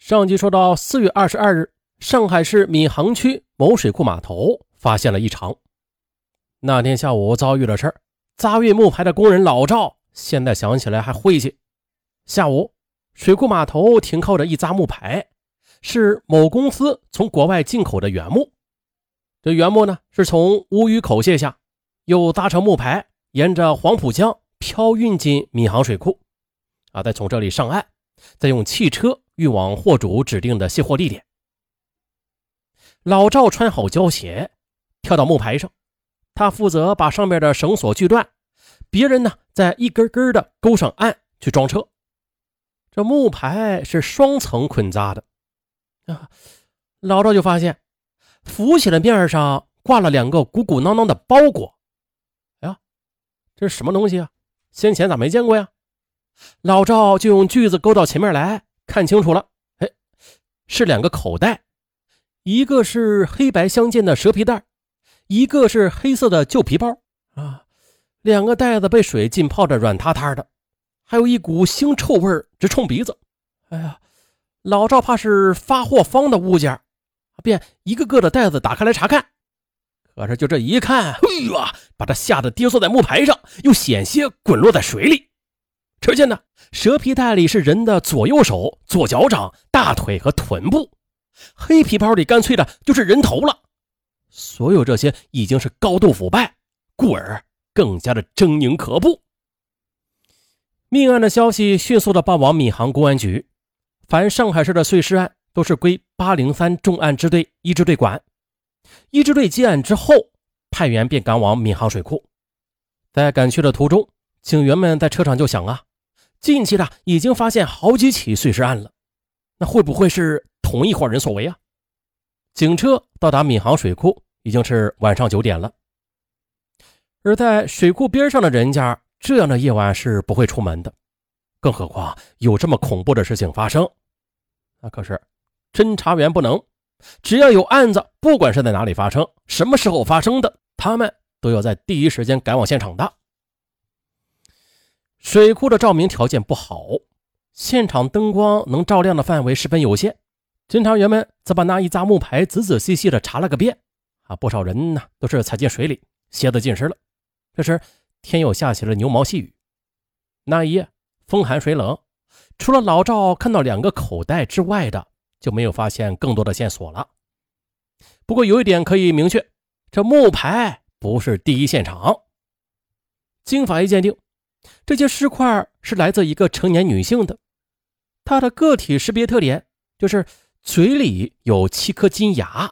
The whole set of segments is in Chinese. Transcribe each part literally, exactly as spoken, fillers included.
上集说到四月二十二日，上海市闵行区某水库码头发现了异常。那天下午遭遇了事儿，砸运木牌的工人老赵现在想起来还晦气。下午水库码头停靠着一扎木牌，是某公司从国外进口的原木。这原木呢是从乌鱼口卸下，又搭成木牌，沿着黄浦江漂运进闵行水库啊，再从这里上岸，再用汽车运往货主指定的卸货地点。老赵穿好胶鞋，跳到木牌上，他负责把上面的绳索锯断，别人呢再一根根的勾上岸去装车。这木牌是双层捆扎的啊，老赵就发现浮起的面上挂了两个鼓鼓囊囊的包裹。哎呀，这是什么东西啊？先前咋没见过呀？老赵就用锯子勾到前面来，看清楚了，哎，是两个口袋，一个是黑白相间的蛇皮袋，一个是黑色的旧皮包啊。两个袋子被水浸泡着软塌塌的，还有一股腥臭味直冲鼻子。哎呀，老赵怕是发货方的物件，便一个个的袋子打开来查看。可是就这一看，嘿呀，把他吓得跌坐在木牌上，又险些滚落在水里。只见呢，蛇皮袋里是人的左右手、左脚掌、大腿和臀部，黑皮包里干脆的就是人头了。所有这些已经是高度腐败，故而更加的狰狞可怖。命案的消息迅速的报往闵行公安局，凡上海市的碎尸案都是归八零三重案支队一支队管。一支队接案之后，派员便赶往闵行水库。在赶去的途中，警员们在车上就想啊，近期的已经发现好几起碎尸案了，那会不会是同一伙人所为啊？警车到达闵行水库已经是晚上九点了，而在水库边上的人家，这样的夜晚是不会出门的，更何况有这么恐怖的事情发生。那可是侦查员不能，只要有案子，不管是在哪里发生，什么时候发生的，他们都要在第一时间赶往现场的。水库的照明条件不好，现场灯光能照亮的范围十分有限，侦查员们则把那一扎木牌仔仔细细的查了个遍啊，不少人呢都是踩进水里，鞋子浸湿了。这时天又下起了牛毛细雨，那一夜风寒水冷，除了老赵看到两个口袋之外的，就没有发现更多的线索了。不过有一点可以明确，这木牌不是第一现场。经法医鉴定，这些尸块是来自一个成年女性的，她的个体识别特点就是嘴里有七颗金牙。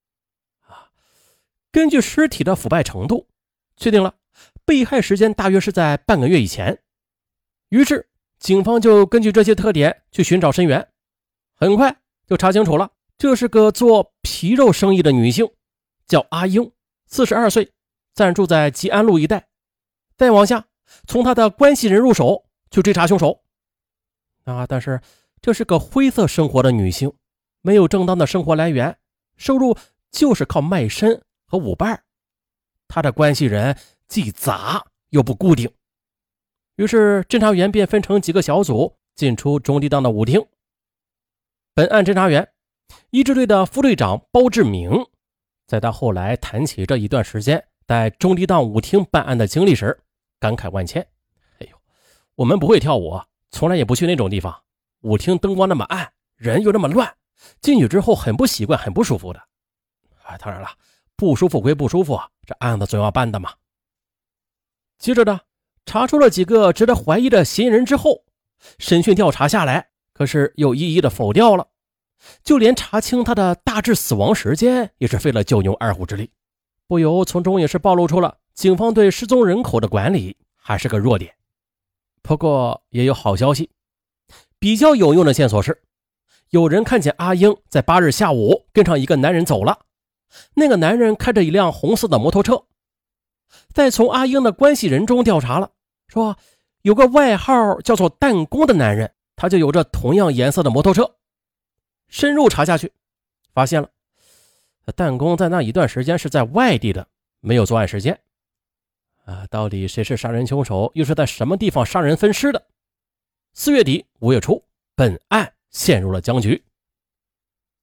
根据尸体的腐败程度，确定了被害时间大约是在半个月以前。于是警方就根据这些特点去寻找身源，很快就查清楚了，这是个做皮肉生意的女性，叫阿英，四十二岁，暂住在吉安路一带。再往下，从她的关系人入手去追查凶手。啊，但是这是个灰色生活的女性，没有正当的生活来源，收入就是靠卖身和舞伴。她的关系人既杂又不固定，于是侦查员便分成几个小组进出中地档的舞厅。本案侦查员一支队的副队长包志明，在他后来谈起这一段时间在中地档舞厅办案的经历时，感慨万千。哎呦，我们不会跳舞，从来也不去那种地方，舞厅灯光那么暗，人又那么乱，进去之后很不习惯，很不舒服的。哎，当然了，不舒服归不舒服，这案子总要办的嘛。接着呢，查出了几个值得怀疑的嫌疑人之后，审讯调查下来，可是又一一的否掉了，就连查清他的大致死亡时间也是费了九牛二虎之力，不由从中也是暴露出了警方对失踪人口的管理还是个弱点。不过也有好消息，比较有用的线索是，有人看见阿英在八日下午跟上一个男人走了，那个男人开着一辆红色的摩托车。再从阿英的关系人中调查了，说有个外号叫做弹弓的男人，他就有着同样颜色的摩托车。深入查下去，发现了弹弓在那一段时间是在外地的，没有作案时间啊，到底谁是杀人凶手，又是在什么地方杀人分尸的？四月底五月初，本案陷入了僵局，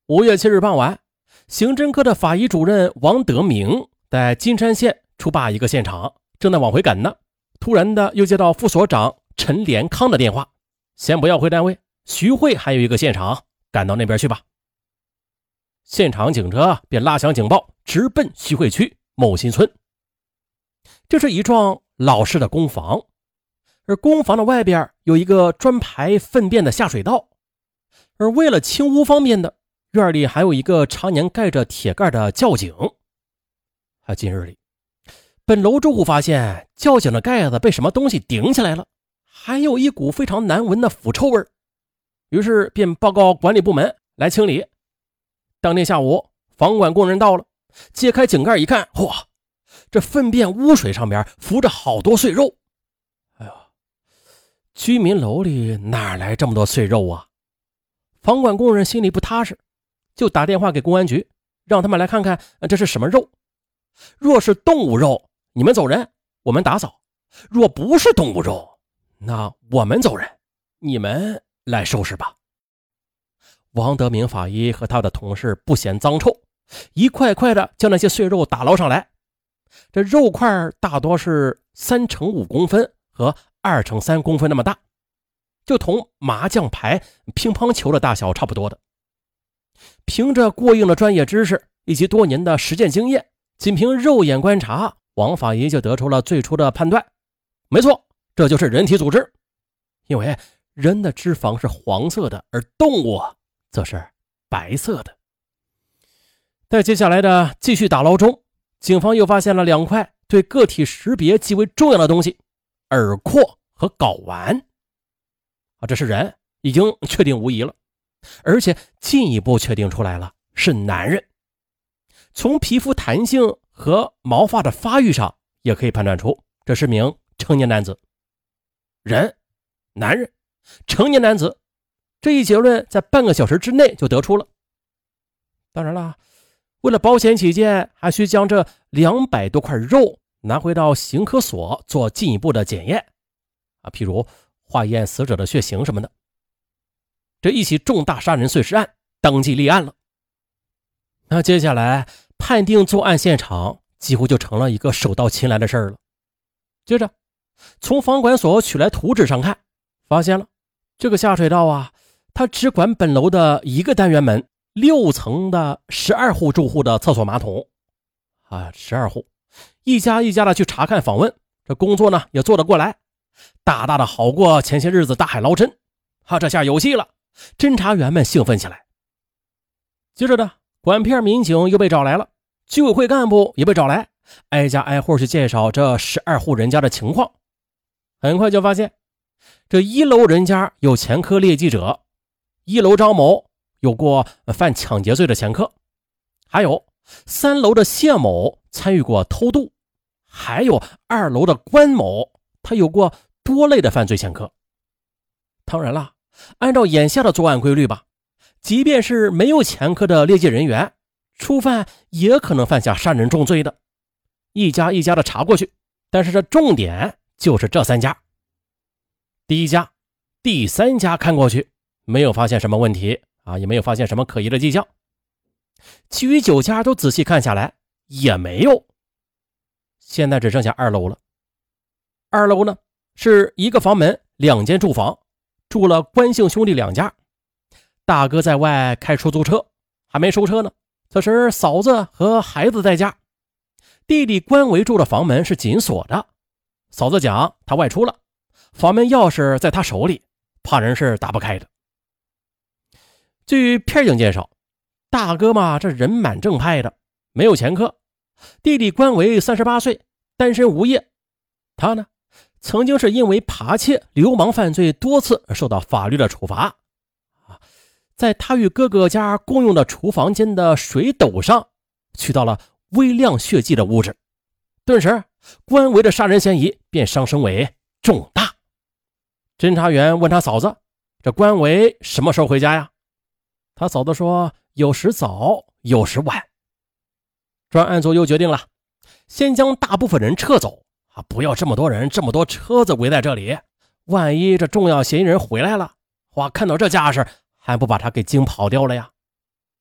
五月七日傍晚，刑侦科的法医主任王德明在金山县出坝一个现场，正在往回赶呢，突然的又接到副所长陈连康的电话，先不要回单位，徐汇还有一个现场，赶到那边去吧。现场警车便拉响警报，直奔徐汇区某新村。这是一幢老式的公房，而公房的外边有一个专排粪便的下水道，而为了清污方便的，院里还有一个常年盖着铁盖的窖井。啊，近日里，本楼住户发现窖井的盖子被什么东西顶起来了，还有一股非常难闻的腐臭味，于是便报告管理部门来清理。当天下午，房管工人到了，揭开井盖一看，哇，这粪便污水上面浮着好多碎肉。哎呀，居民楼里哪来这么多碎肉啊？房管工人心里不踏实，就打电话给公安局，让他们来看看这是什么肉。若是动物肉，你们走人，我们打扫；若不是动物肉，那我们走人，你们来收拾吧。王德明法医和他的同事不嫌脏臭，一块块的将那些碎肉打捞上来。这肉块大多是三乘五公分和二乘三公分那么大，就同麻将牌、乒乓球的大小差不多的。凭着过硬的专业知识以及多年的实践经验，仅凭肉眼观察，王法医就得出了最初的判断，没错，这就是人体组织。因为人的脂肪是黄色的，而动物则是白色的。在接下来的继续打捞中，警方又发现了两块对个体识别极为重要的东西，耳廓和睾丸。啊，这是人，已经确定无疑了，而且进一步确定出来了是男人。从皮肤弹性和毛发的发育上也可以判断出这是名成年男子。人，男人，成年男子，这一结论在半个小时之内就得出了。当然了，为了保险起见，还需将这两百多块肉拿回到刑科所做进一步的检验啊，譬如化验死者的血型什么的。这一起重大杀人碎尸案当即立案了。那接下来判定作案现场几乎就成了一个手到擒来的事儿了。接着从房管所取来图纸上看，发现了这个下水道啊，它只管本楼的一个单元门，六层的十二户住户的厕所马桶啊，十二户，一家一家的去查看访问，这工作呢也做得过来，大大的好过前些日子大海捞针。啊，这下有戏了，侦查员们兴奋起来。接着呢，管片民警又被找来了，居委会干部也被找来，挨家挨户去介绍这十二户人家的情况。很快就发现，这一楼人家有前科劣迹者，一楼张某有过犯抢劫罪的前科，还有三楼的谢某参与过偷渡，还有二楼的关某，他有过多类的犯罪前科。当然了，按照眼下的作案规律吧，即便是没有前科的劣迹人员，初犯也可能犯下杀人重罪的。一家一家的查过去，但是这重点就是这三家。第一家、第三家看过去没有发现什么问题啊，也没有发现什么可疑的迹象。其余九家都仔细看下来也没有。现在只剩下二楼了。二楼呢是一个房门两间住房，住了关姓兄弟两家。大哥在外开出租车，还没收车呢，此时嫂子和孩子在家。弟弟关维住的房门是紧锁的，嫂子讲他外出了，房门钥匙在他手里，怕人是打不开的。据片警介绍，大哥嘛，这人蛮正派的，没有前科。弟弟关维三十八岁，单身无业。他呢，曾经是因为扒窃、流氓犯罪多次受到法律的处罚。在他与哥哥家共用的厨房间的水斗上取到了微量血迹的物质，顿时关维的杀人嫌疑便上升为重大。侦查员问他嫂子，这关维什么时候回家呀？他嫂子说，有时早有时晚。专案组又决定了，先将大部分人撤走啊，不要这么多人这么多车子围在这里，万一这重要嫌疑人回来了，哇，看到这架势还不把他给惊跑掉了呀。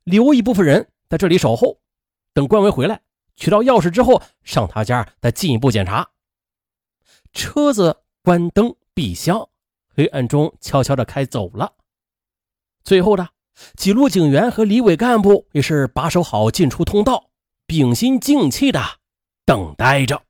留一部分人在这里守候，等官维回来取到钥匙之后，上他家再进一步检查。车子关灯闭箱，黑暗中悄悄地开走了。最后的几路警员和李伟干部也是把守好进出通道，屏心静气的等待着。